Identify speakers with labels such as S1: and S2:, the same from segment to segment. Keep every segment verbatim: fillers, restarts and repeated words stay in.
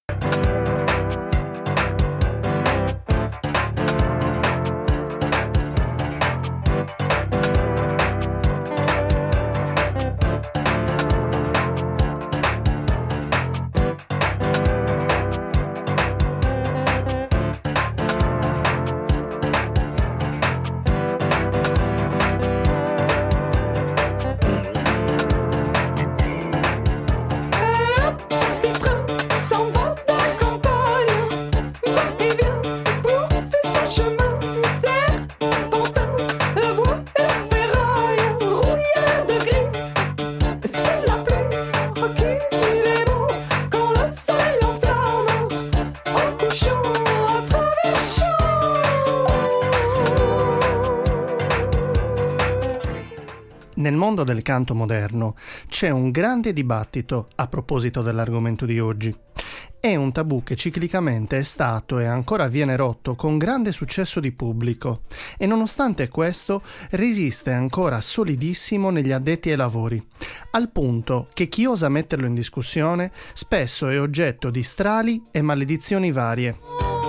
S1: Nel mondo del canto moderno c'è un grande dibattito a proposito dell'argomento di oggi. È un tabù che ciclicamente è stato e ancora viene rotto con grande successo di pubblico e nonostante questo resiste ancora solidissimo negli addetti ai lavori, al punto che chi osa metterlo in discussione spesso è oggetto di strali e maledizioni varie.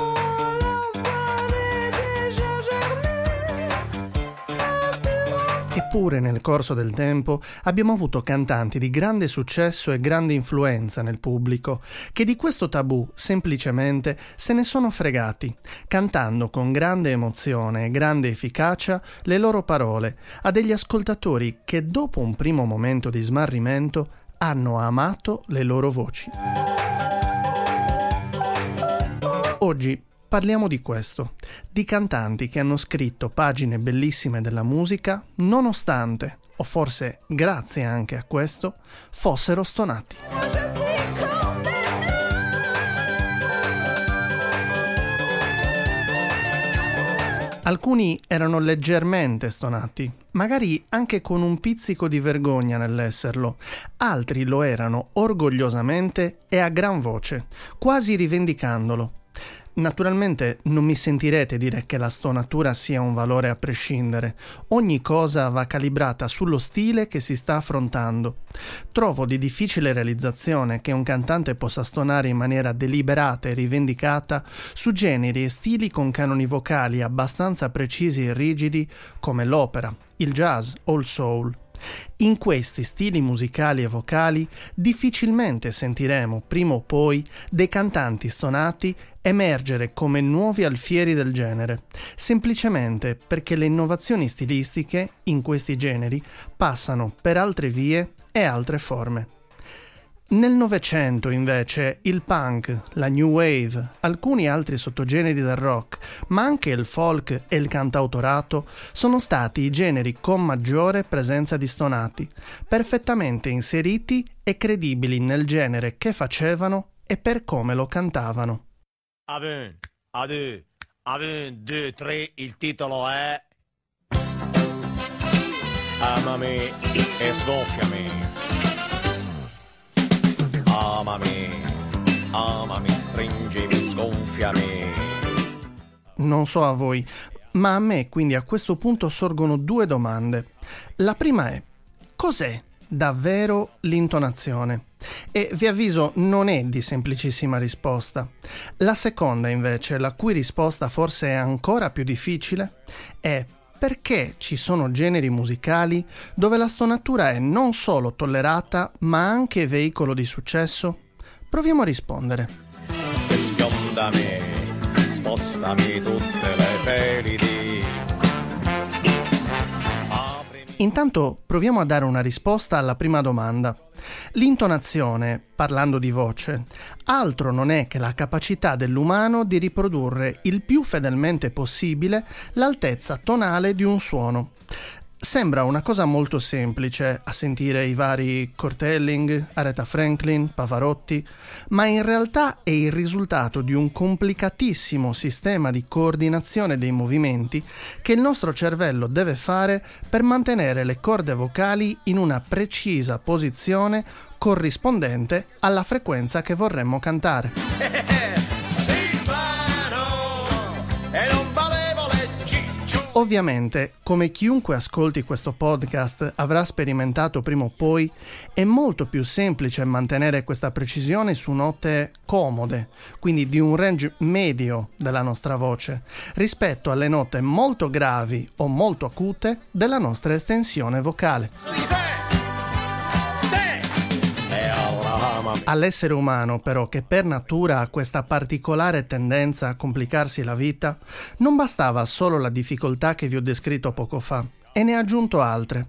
S1: Eppure nel corso del tempo abbiamo avuto cantanti di grande successo e grande influenza nel pubblico che di questo tabù semplicemente se ne sono fregati, cantando con grande emozione e grande efficacia le loro parole a degli ascoltatori che dopo un primo momento di smarrimento hanno amato le loro voci. Oggi parliamo di questo, di cantanti che hanno scritto pagine bellissime della musica, nonostante, o forse grazie anche a questo, fossero stonati. Alcuni erano leggermente stonati, magari anche con un pizzico di vergogna nell'esserlo, altri lo erano orgogliosamente e a gran voce, quasi rivendicandolo. Naturalmente non mi sentirete dire che la stonatura sia un valore a prescindere. Ogni cosa va calibrata sullo stile che si sta affrontando. Trovo di difficile realizzazione che un cantante possa stonare in maniera deliberata e rivendicata su generi e stili con canoni vocali abbastanza precisi e rigidi come l'opera, il jazz o il soul. In questi stili musicali e vocali difficilmente sentiremo prima o poi dei cantanti stonati emergere come nuovi alfieri del genere, semplicemente perché le innovazioni stilistiche in questi generi passano per altre vie e altre forme. Nel Novecento, invece, il punk, la new wave, alcuni altri sottogeneri del rock, ma anche il folk e il cantautorato sono stati i generi con maggiore presenza di stonati, perfettamente inseriti e credibili nel genere che facevano e per come lo cantavano.
S2: A un, a due, a un, due, tre, il titolo è Amami e sgonfiami. Amami, amami, stringimi, sgonfiami.
S1: Non so a voi, ma a me quindi a questo punto sorgono due domande. La prima è: cos'è davvero l'intonazione? E vi avviso, non è di semplicissima risposta. La seconda invece, la cui risposta forse è ancora più difficile, è: perché ci sono generi musicali dove la stonatura è non solo tollerata, ma anche veicolo di successo? Proviamo a rispondere.
S2: Sfiondami, spostami tutte le pelidi.
S1: Intanto proviamo a dare una risposta alla prima domanda. L'intonazione, parlando di voce, altro non è che la capacità dell'umano di riprodurre il più fedelmente possibile l'altezza tonale di un suono. Sembra una cosa molto semplice a sentire i vari Kurt Elling, Aretha Franklin, Pavarotti, ma in realtà è il risultato di un complicatissimo sistema di coordinazione dei movimenti che il nostro cervello deve fare per mantenere le corde vocali in una precisa posizione corrispondente alla frequenza che vorremmo cantare. Ovviamente, come chiunque ascolti questo podcast avrà sperimentato prima o poi, è molto più semplice mantenere questa precisione su note comode, quindi di un range medio della nostra voce, rispetto alle note molto gravi o molto acute della nostra estensione vocale. All'essere umano, però, che per natura ha questa particolare tendenza a complicarsi la vita, non bastava solo la difficoltà che vi ho descritto poco fa, e ne ha aggiunto altre.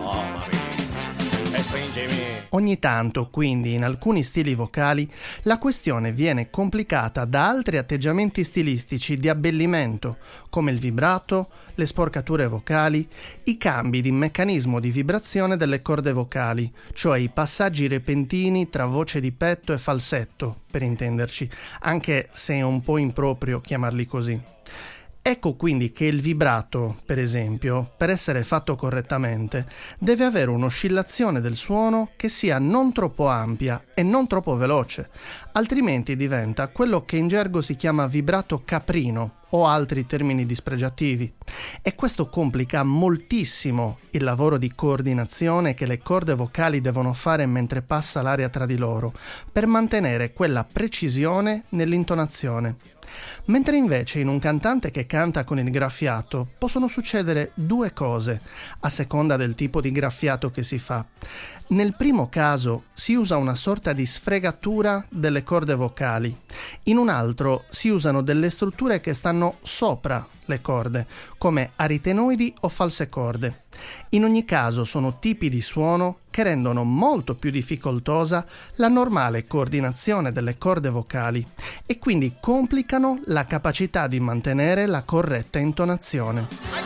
S1: Ogni tanto, quindi, in alcuni stili vocali, la questione viene complicata da altri atteggiamenti stilistici di abbellimento, come il vibrato, le sporcature vocali, i cambi di meccanismo di vibrazione delle corde vocali, cioè i passaggi repentini tra voce di petto e falsetto, per intenderci, anche se è un po' improprio chiamarli così. Ecco quindi che il vibrato, per esempio, per essere fatto correttamente, deve avere un'oscillazione del suono che sia non troppo ampia e non troppo veloce, altrimenti diventa quello che in gergo si chiama vibrato caprino o altri termini dispregiativi. E questo complica moltissimo il lavoro di coordinazione che le corde vocali devono fare mentre passa l'aria tra di loro, per mantenere quella precisione nell'intonazione. Mentre invece in un cantante che canta con il graffiato possono succedere due cose a seconda del tipo di graffiato che si fa. Nel primo caso si usa una sorta di sfregatura delle corde vocali, in un altro si usano delle strutture che stanno sopra le corde, come aritenoidi o false corde. In ogni caso sono tipi di suono che rendono molto più difficoltosa la normale coordinazione delle corde vocali e quindi complicano la capacità di mantenere la corretta intonazione.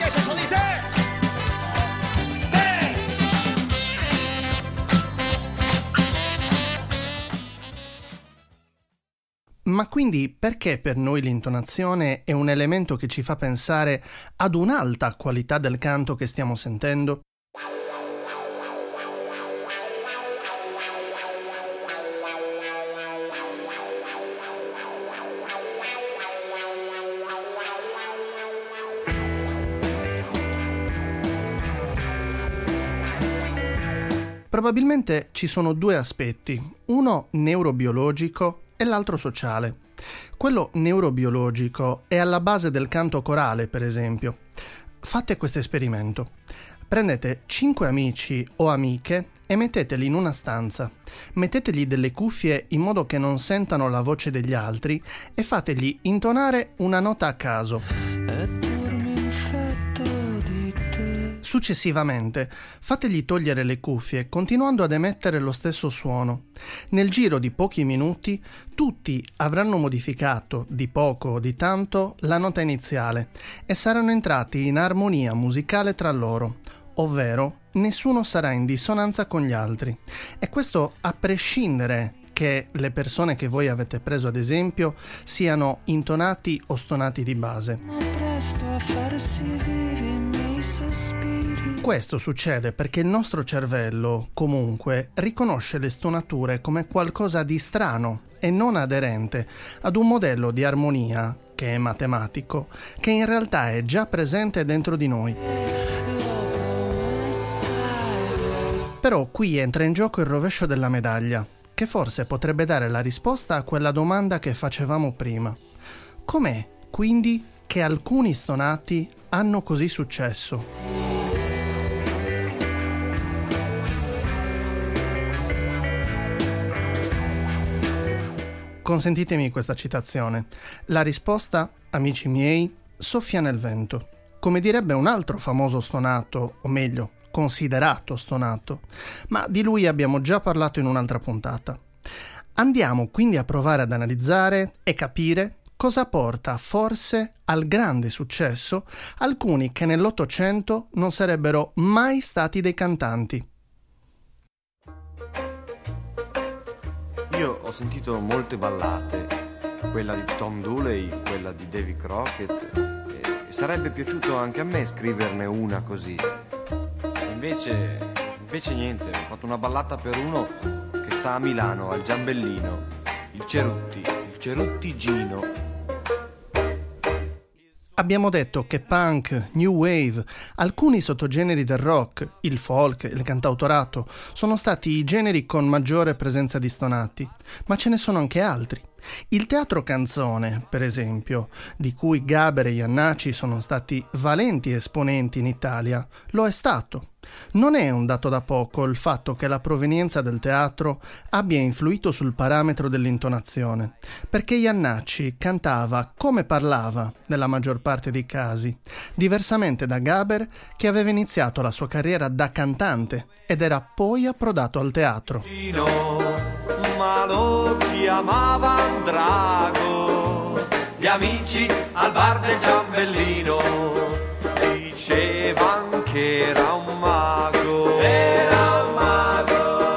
S1: Ma quindi perché per noi l'intonazione è un elemento che ci fa pensare ad un'alta qualità del canto che stiamo sentendo? Probabilmente ci sono due aspetti, uno neurobiologico e l'altro sociale. Quello neurobiologico è alla base del canto corale, per esempio. Fate questo esperimento. Prendete cinque amici o amiche e metteteli in una stanza. Mettetegli delle cuffie in modo che non sentano la voce degli altri e fategli intonare una nota a caso. Successivamente, fategli togliere le cuffie continuando ad emettere lo stesso suono. Nel giro di pochi minuti, tutti avranno modificato, di poco o di tanto, la nota iniziale e saranno entrati in armonia musicale tra loro, ovvero nessuno sarà in dissonanza con gli altri. E questo a prescindere che le persone che voi avete preso ad esempio siano intonati o stonati di base. Ma presto a farsi vivi i miei sospiri. Questo succede perché il nostro cervello, comunque, riconosce le stonature come qualcosa di strano e non aderente ad un modello di armonia, che è matematico, che in realtà è già presente dentro di noi. Però qui entra in gioco il rovescio della medaglia, che forse potrebbe dare la risposta a quella domanda che facevamo prima. Com'è, quindi, che alcuni stonati hanno così successo? Consentitemi questa citazione. La risposta, amici miei, soffia nel vento. Come direbbe un altro famoso stonato, o meglio, considerato stonato, ma di lui abbiamo già parlato in un'altra puntata. Andiamo quindi a provare ad analizzare e capire cosa porta forse al grande successo alcuni che nell'Ottocento non sarebbero mai stati dei cantanti.
S3: Io ho sentito molte ballate, quella di Tom Dooley, quella di Davy Crockett, e sarebbe piaciuto anche a me scriverne una così. Invece, invece niente, ho fatto una ballata per uno che sta a Milano, al Giambellino, il Cerutti, il Cerutti Gino.
S1: Abbiamo detto che punk, new wave, alcuni sottogeneri del rock, il folk, il cantautorato, sono stati i generi con maggiore presenza di stonati, ma ce ne sono anche altri. Il teatro canzone, per esempio, di cui Gaber e Jannacci sono stati valenti esponenti in Italia, lo è stato. Non è un dato da poco il fatto che la provenienza del teatro abbia influito sul parametro dell'intonazione, perché Jannacci cantava come parlava nella maggior parte dei casi, diversamente da Gaber, che aveva iniziato la sua carriera da cantante ed era poi approdato al teatro.
S3: Ma lo chiamavano Drago, gli amici al bar del Giambellino dicevano che era un mago, era un mago.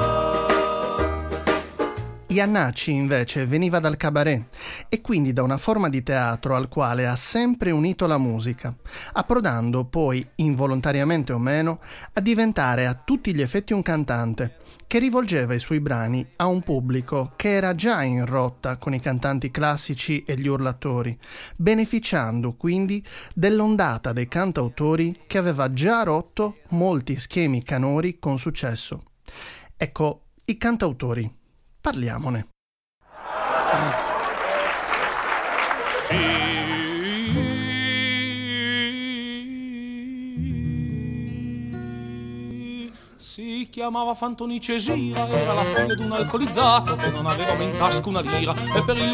S1: Jannacci invece veniva dal cabaret e quindi da una forma di teatro al quale ha sempre unito la musica, approdando poi, involontariamente o meno, a diventare a tutti gli effetti un cantante, che rivolgeva i suoi brani a un pubblico che era già in rotta con i cantanti classici e gli urlatori, beneficiando quindi dell'ondata dei cantautori che aveva già rotto molti schemi canori con successo. Ecco, i cantautori. Parliamone.
S4: Sì. Si chiamava Fantoni Cesira, era la figlia di un alcolizzato che non aveva in tasca una lira e per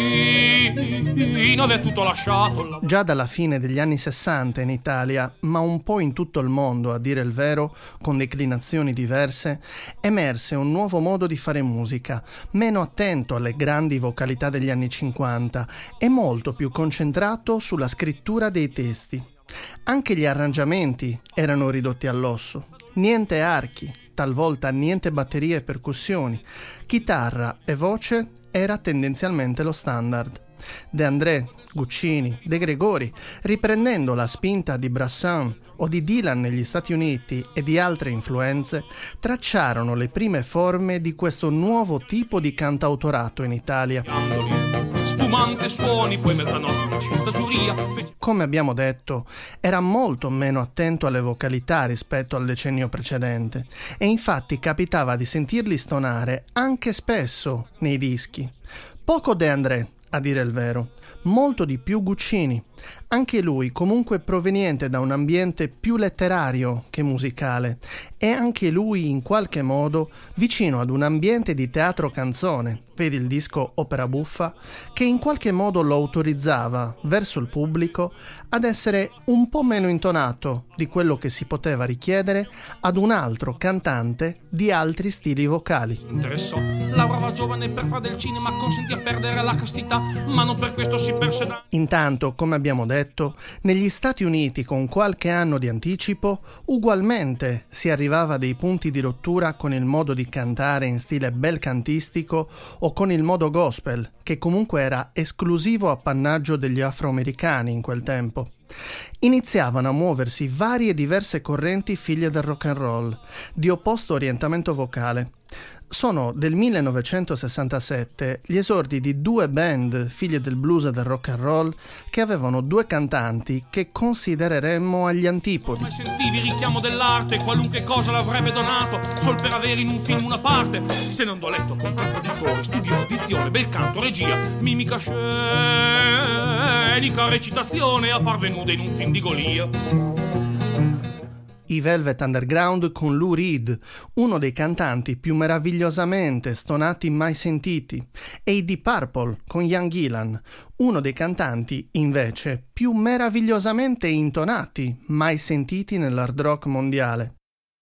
S4: il vino aveva tutto lasciato.
S1: Già dalla fine degli anni sessanta in Italia, ma un po' in tutto il mondo, a dire il vero, con declinazioni diverse, emerse un nuovo modo di fare musica, meno attento alle grandi vocalità degli anni cinquanta e molto più concentrato sulla scrittura dei testi. Anche gli arrangiamenti erano ridotti all'osso. Niente archi, talvolta niente batterie e percussioni, chitarra e voce era tendenzialmente lo standard. De André, Guccini, De Gregori, riprendendo la spinta di Brassens o di Dylan negli Stati Uniti e di altre influenze, tracciarono le prime forme di questo nuovo tipo di cantautorato in Italia.
S4: Spumante suoni, poi mezzanotte una scienza giuria.
S1: Come abbiamo detto, era molto meno attento alle vocalità rispetto al decennio precedente e infatti capitava di sentirli stonare anche spesso nei dischi. Poco De André, a dire il vero, molto di più Guccini, anche lui comunque proveniente da un ambiente più letterario che musicale e anche lui in qualche modo vicino ad un ambiente di teatro canzone, vedi il disco Opera Buffa, che in qualche modo lo autorizzava verso il pubblico ad essere un po' meno intonato di quello che si poteva richiedere ad un altro cantante di altri stili vocali.
S4: Interessò, lavorava giovane per fare del cinema, consentì a perdere la castità, ma non per questo si perse da...
S1: Intanto, come abbiamo detto, negli Stati Uniti con qualche anno di anticipo, ugualmente si arrivava a dei punti di rottura con il modo di cantare in stile bel cantistico o con il modo gospel, che comunque era esclusivo appannaggio degli afroamericani in quel tempo. Iniziavano a muoversi varie diverse correnti figlie del rock and roll, di opposto orientamento vocale. Sono del millenovecentosessantasette gli esordi di due band figlie del blues e del rock and roll che avevano due cantanti che considereremmo agli antipodi.
S4: Come sentivi il richiamo dell'arte, qualunque cosa l'avrebbe donato, sol per avere in un film una parte. Se non do letto con contraddittori, studio dizione, bel canto, regia, mimica scenica, recitazione, apparve nuda in un film di Golia.
S1: I Velvet Underground con Lou Reed, uno dei cantanti più meravigliosamente stonati mai sentiti, e i Deep Purple con Ian Gillan, uno dei cantanti invece più meravigliosamente intonati mai sentiti nell'hard rock mondiale.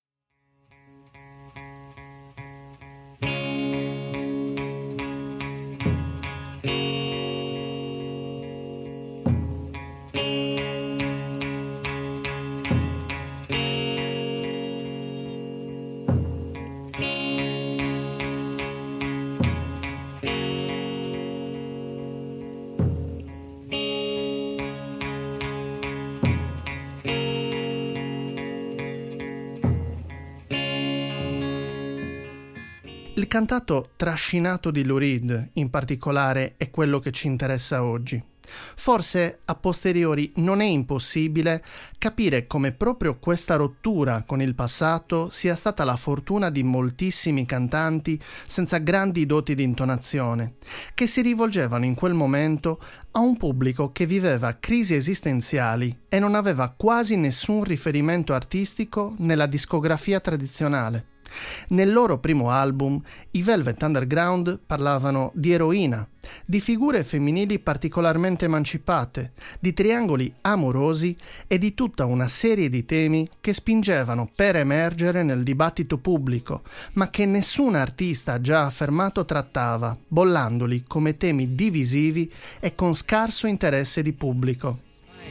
S1: Il cantato trascinato di Lou Reed, in particolare, è quello che ci interessa oggi. Forse a posteriori non è impossibile capire come proprio questa rottura con il passato sia stata la fortuna di moltissimi cantanti senza grandi doti di intonazione, che si rivolgevano in quel momento a un pubblico che viveva crisi esistenziali e non aveva quasi nessun riferimento artistico nella discografia tradizionale. Nel loro primo album, i Velvet Underground parlavano di eroina, di figure femminili particolarmente emancipate, di triangoli amorosi e di tutta una serie di temi che spingevano per emergere nel dibattito pubblico, ma che nessun artista già affermato trattava, bollandoli come temi divisivi e con scarso interesse di pubblico.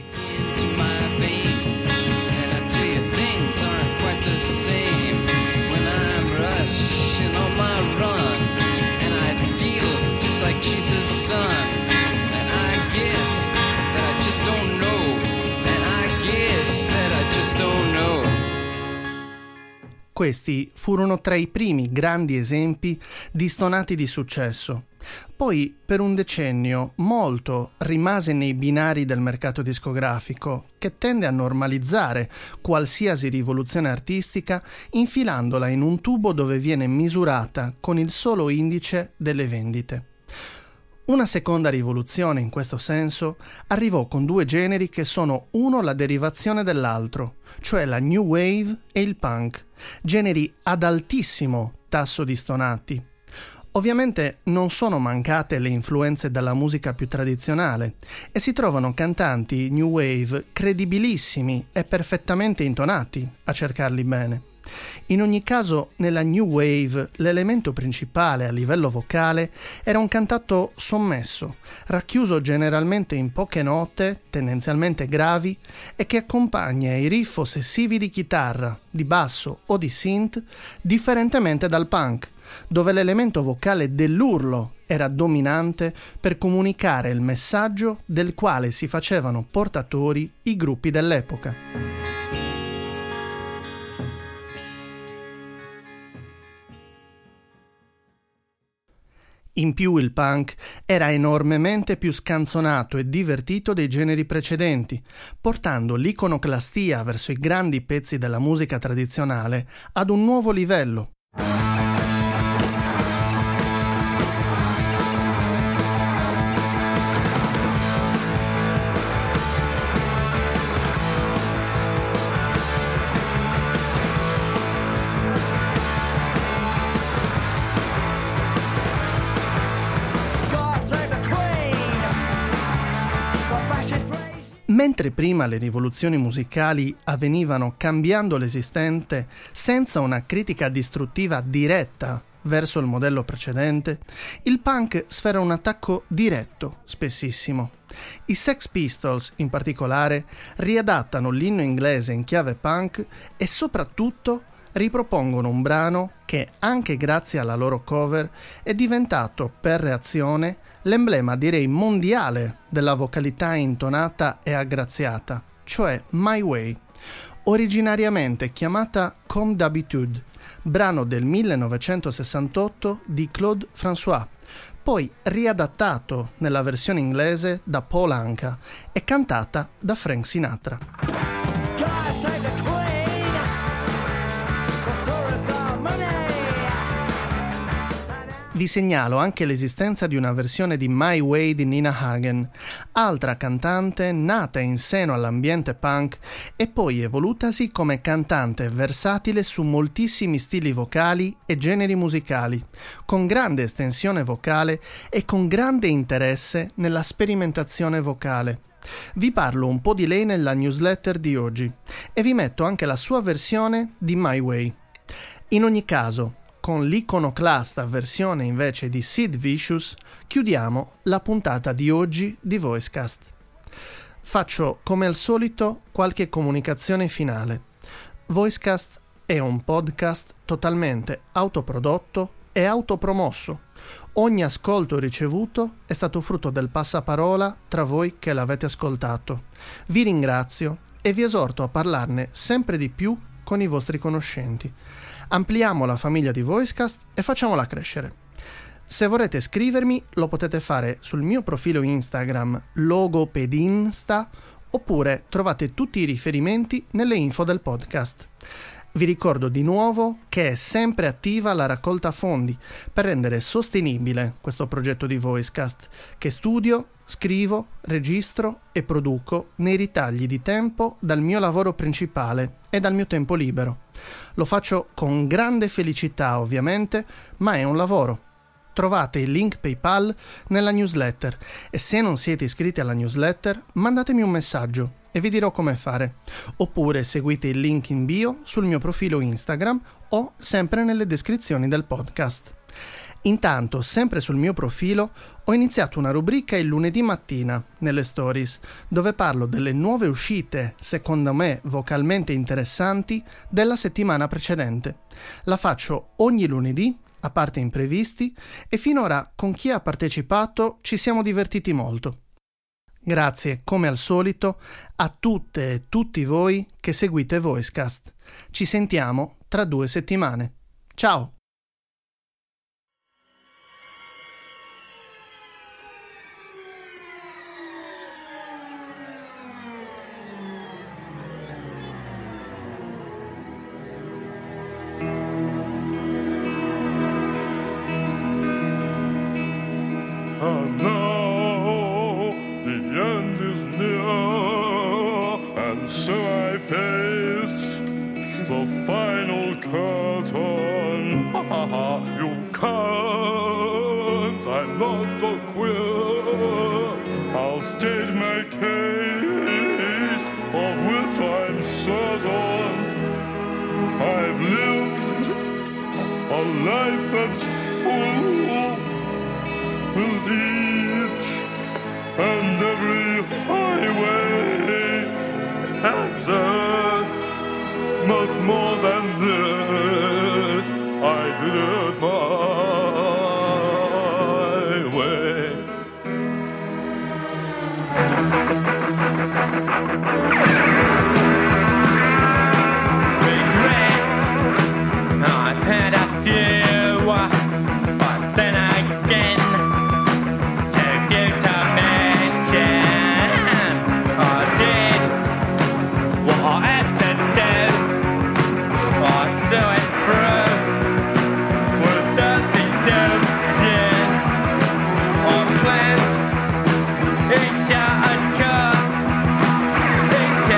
S5: Like Jesus' son, and I guess that I just don't know, and I guess that I just don't know.
S1: Questi furono tra i primi grandi esempi di stonati di successo. Poi, per un decennio, molto rimase nei binari del mercato discografico, che tende a normalizzare qualsiasi rivoluzione artistica infilandola in un tubo dove viene misurata con il solo indice delle vendite. Una seconda rivoluzione, in questo senso, arrivò con due generi che sono uno la derivazione dell'altro, cioè la New Wave e il Punk, generi ad altissimo tasso di stonati. Ovviamente non sono mancate le influenze dalla musica più tradizionale e si trovano cantanti New Wave credibilissimi e perfettamente intonati a cercarli bene. In ogni caso, nella New Wave l'elemento principale a livello vocale era un cantato sommesso, racchiuso generalmente in poche note, tendenzialmente gravi, e che accompagna i riff ossessivi di chitarra, di basso o di synth, differentemente dal punk, dove l'elemento vocale dell'urlo era dominante per comunicare il messaggio del quale si facevano portatori i gruppi dell'epoca. In più il punk era enormemente più scanzonato e divertito dei generi precedenti, portando l'iconoclastia verso i grandi pezzi della musica tradizionale ad un nuovo livello. Mentre prima le rivoluzioni musicali avvenivano cambiando l'esistente senza una critica distruttiva diretta verso il modello precedente, il punk sfera un attacco diretto, spessissimo. I Sex Pistols, in particolare, riadattano l'inno inglese in chiave punk e soprattutto ripropongono un brano che, anche grazie alla loro cover, è diventato, per reazione, l'emblema direi mondiale della vocalità intonata e aggraziata, cioè My Way, originariamente chiamata Comme d'habitude, brano del millenovecentosessantotto di Claude François, poi riadattato nella versione inglese da Paul Anka e cantata da Frank Sinatra. Vi segnalo anche l'esistenza di una versione di My Way di Nina Hagen, altra cantante nata in seno all'ambiente punk e poi evolutasi come cantante versatile su moltissimi stili vocali e generi musicali, con grande estensione vocale e con grande interesse nella sperimentazione vocale. Vi parlo un po' di lei nella newsletter di oggi e vi metto anche la sua versione di My Way. In ogni caso, con l'iconoclasta versione invece di Sid Vicious, chiudiamo la puntata di oggi di Voicecast. Faccio, come al solito, qualche comunicazione finale. Voicecast è un podcast totalmente autoprodotto e autopromosso. Ogni ascolto ricevuto è stato frutto del passaparola tra voi che l'avete ascoltato. Vi ringrazio e vi esorto a parlarne sempre di più con i vostri conoscenti. Ampliamo la famiglia di Voicecast e facciamola crescere. Se vorrete scrivermi, lo potete fare sul mio profilo Instagram logopedinsta, oppure trovate tutti i riferimenti nelle info del podcast. Vi ricordo di nuovo che è sempre attiva la raccolta fondi per rendere sostenibile questo progetto di Voicecast, che studio, scrivo, registro e produco nei ritagli di tempo dal mio lavoro principale e dal mio tempo libero. Lo faccio con grande felicità, ovviamente, ma è un lavoro. Trovate il link PayPal nella newsletter e se non siete iscritti alla newsletter, mandatemi un messaggio e vi dirò come fare. Oppure seguite il link in bio sul mio profilo Instagram o sempre nelle descrizioni del podcast. Intanto, sempre sul mio profilo, ho iniziato una rubrica il lunedì mattina nelle stories, dove parlo delle nuove uscite, secondo me vocalmente interessanti, della settimana precedente. La faccio ogni lunedì, a parte imprevisti, e finora con chi ha partecipato ci siamo divertiti molto. Grazie, come al solito, a tutte e tutti voi che seguite Voicecast. Ci sentiamo tra due settimane. Ciao!
S6: And now the end is near, and so I face the final curtain. You can't, I'm not a queer. I'll state my case, of which I'm certain. I've lived a life that's full, and each and every highway exit much more than this. I did it my way.
S7: Regrets, I've had a few, but then again, It's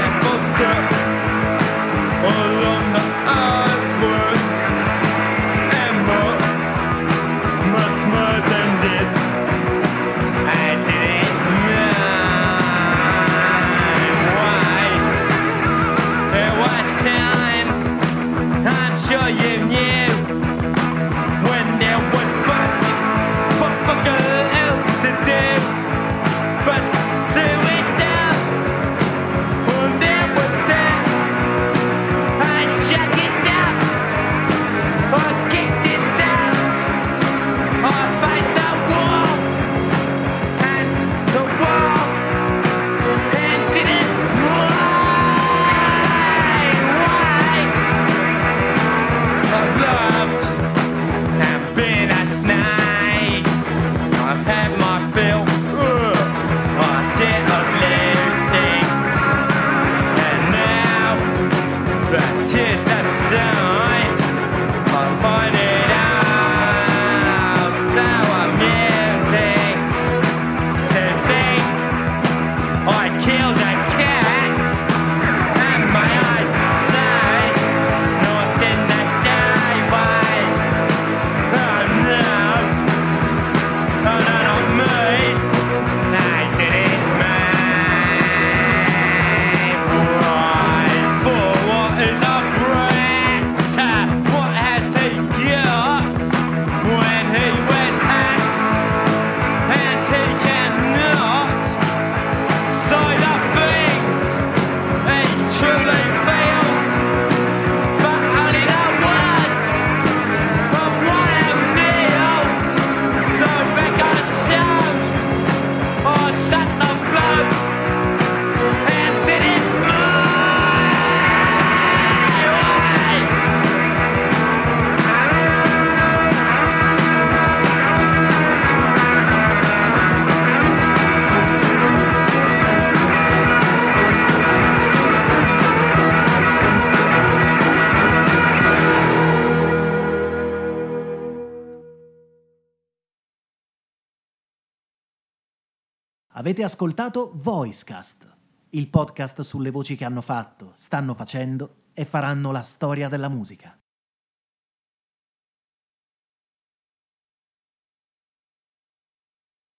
S8: Avete ascoltato Voicecast, il podcast sulle voci che hanno fatto, stanno facendo e faranno la storia della musica.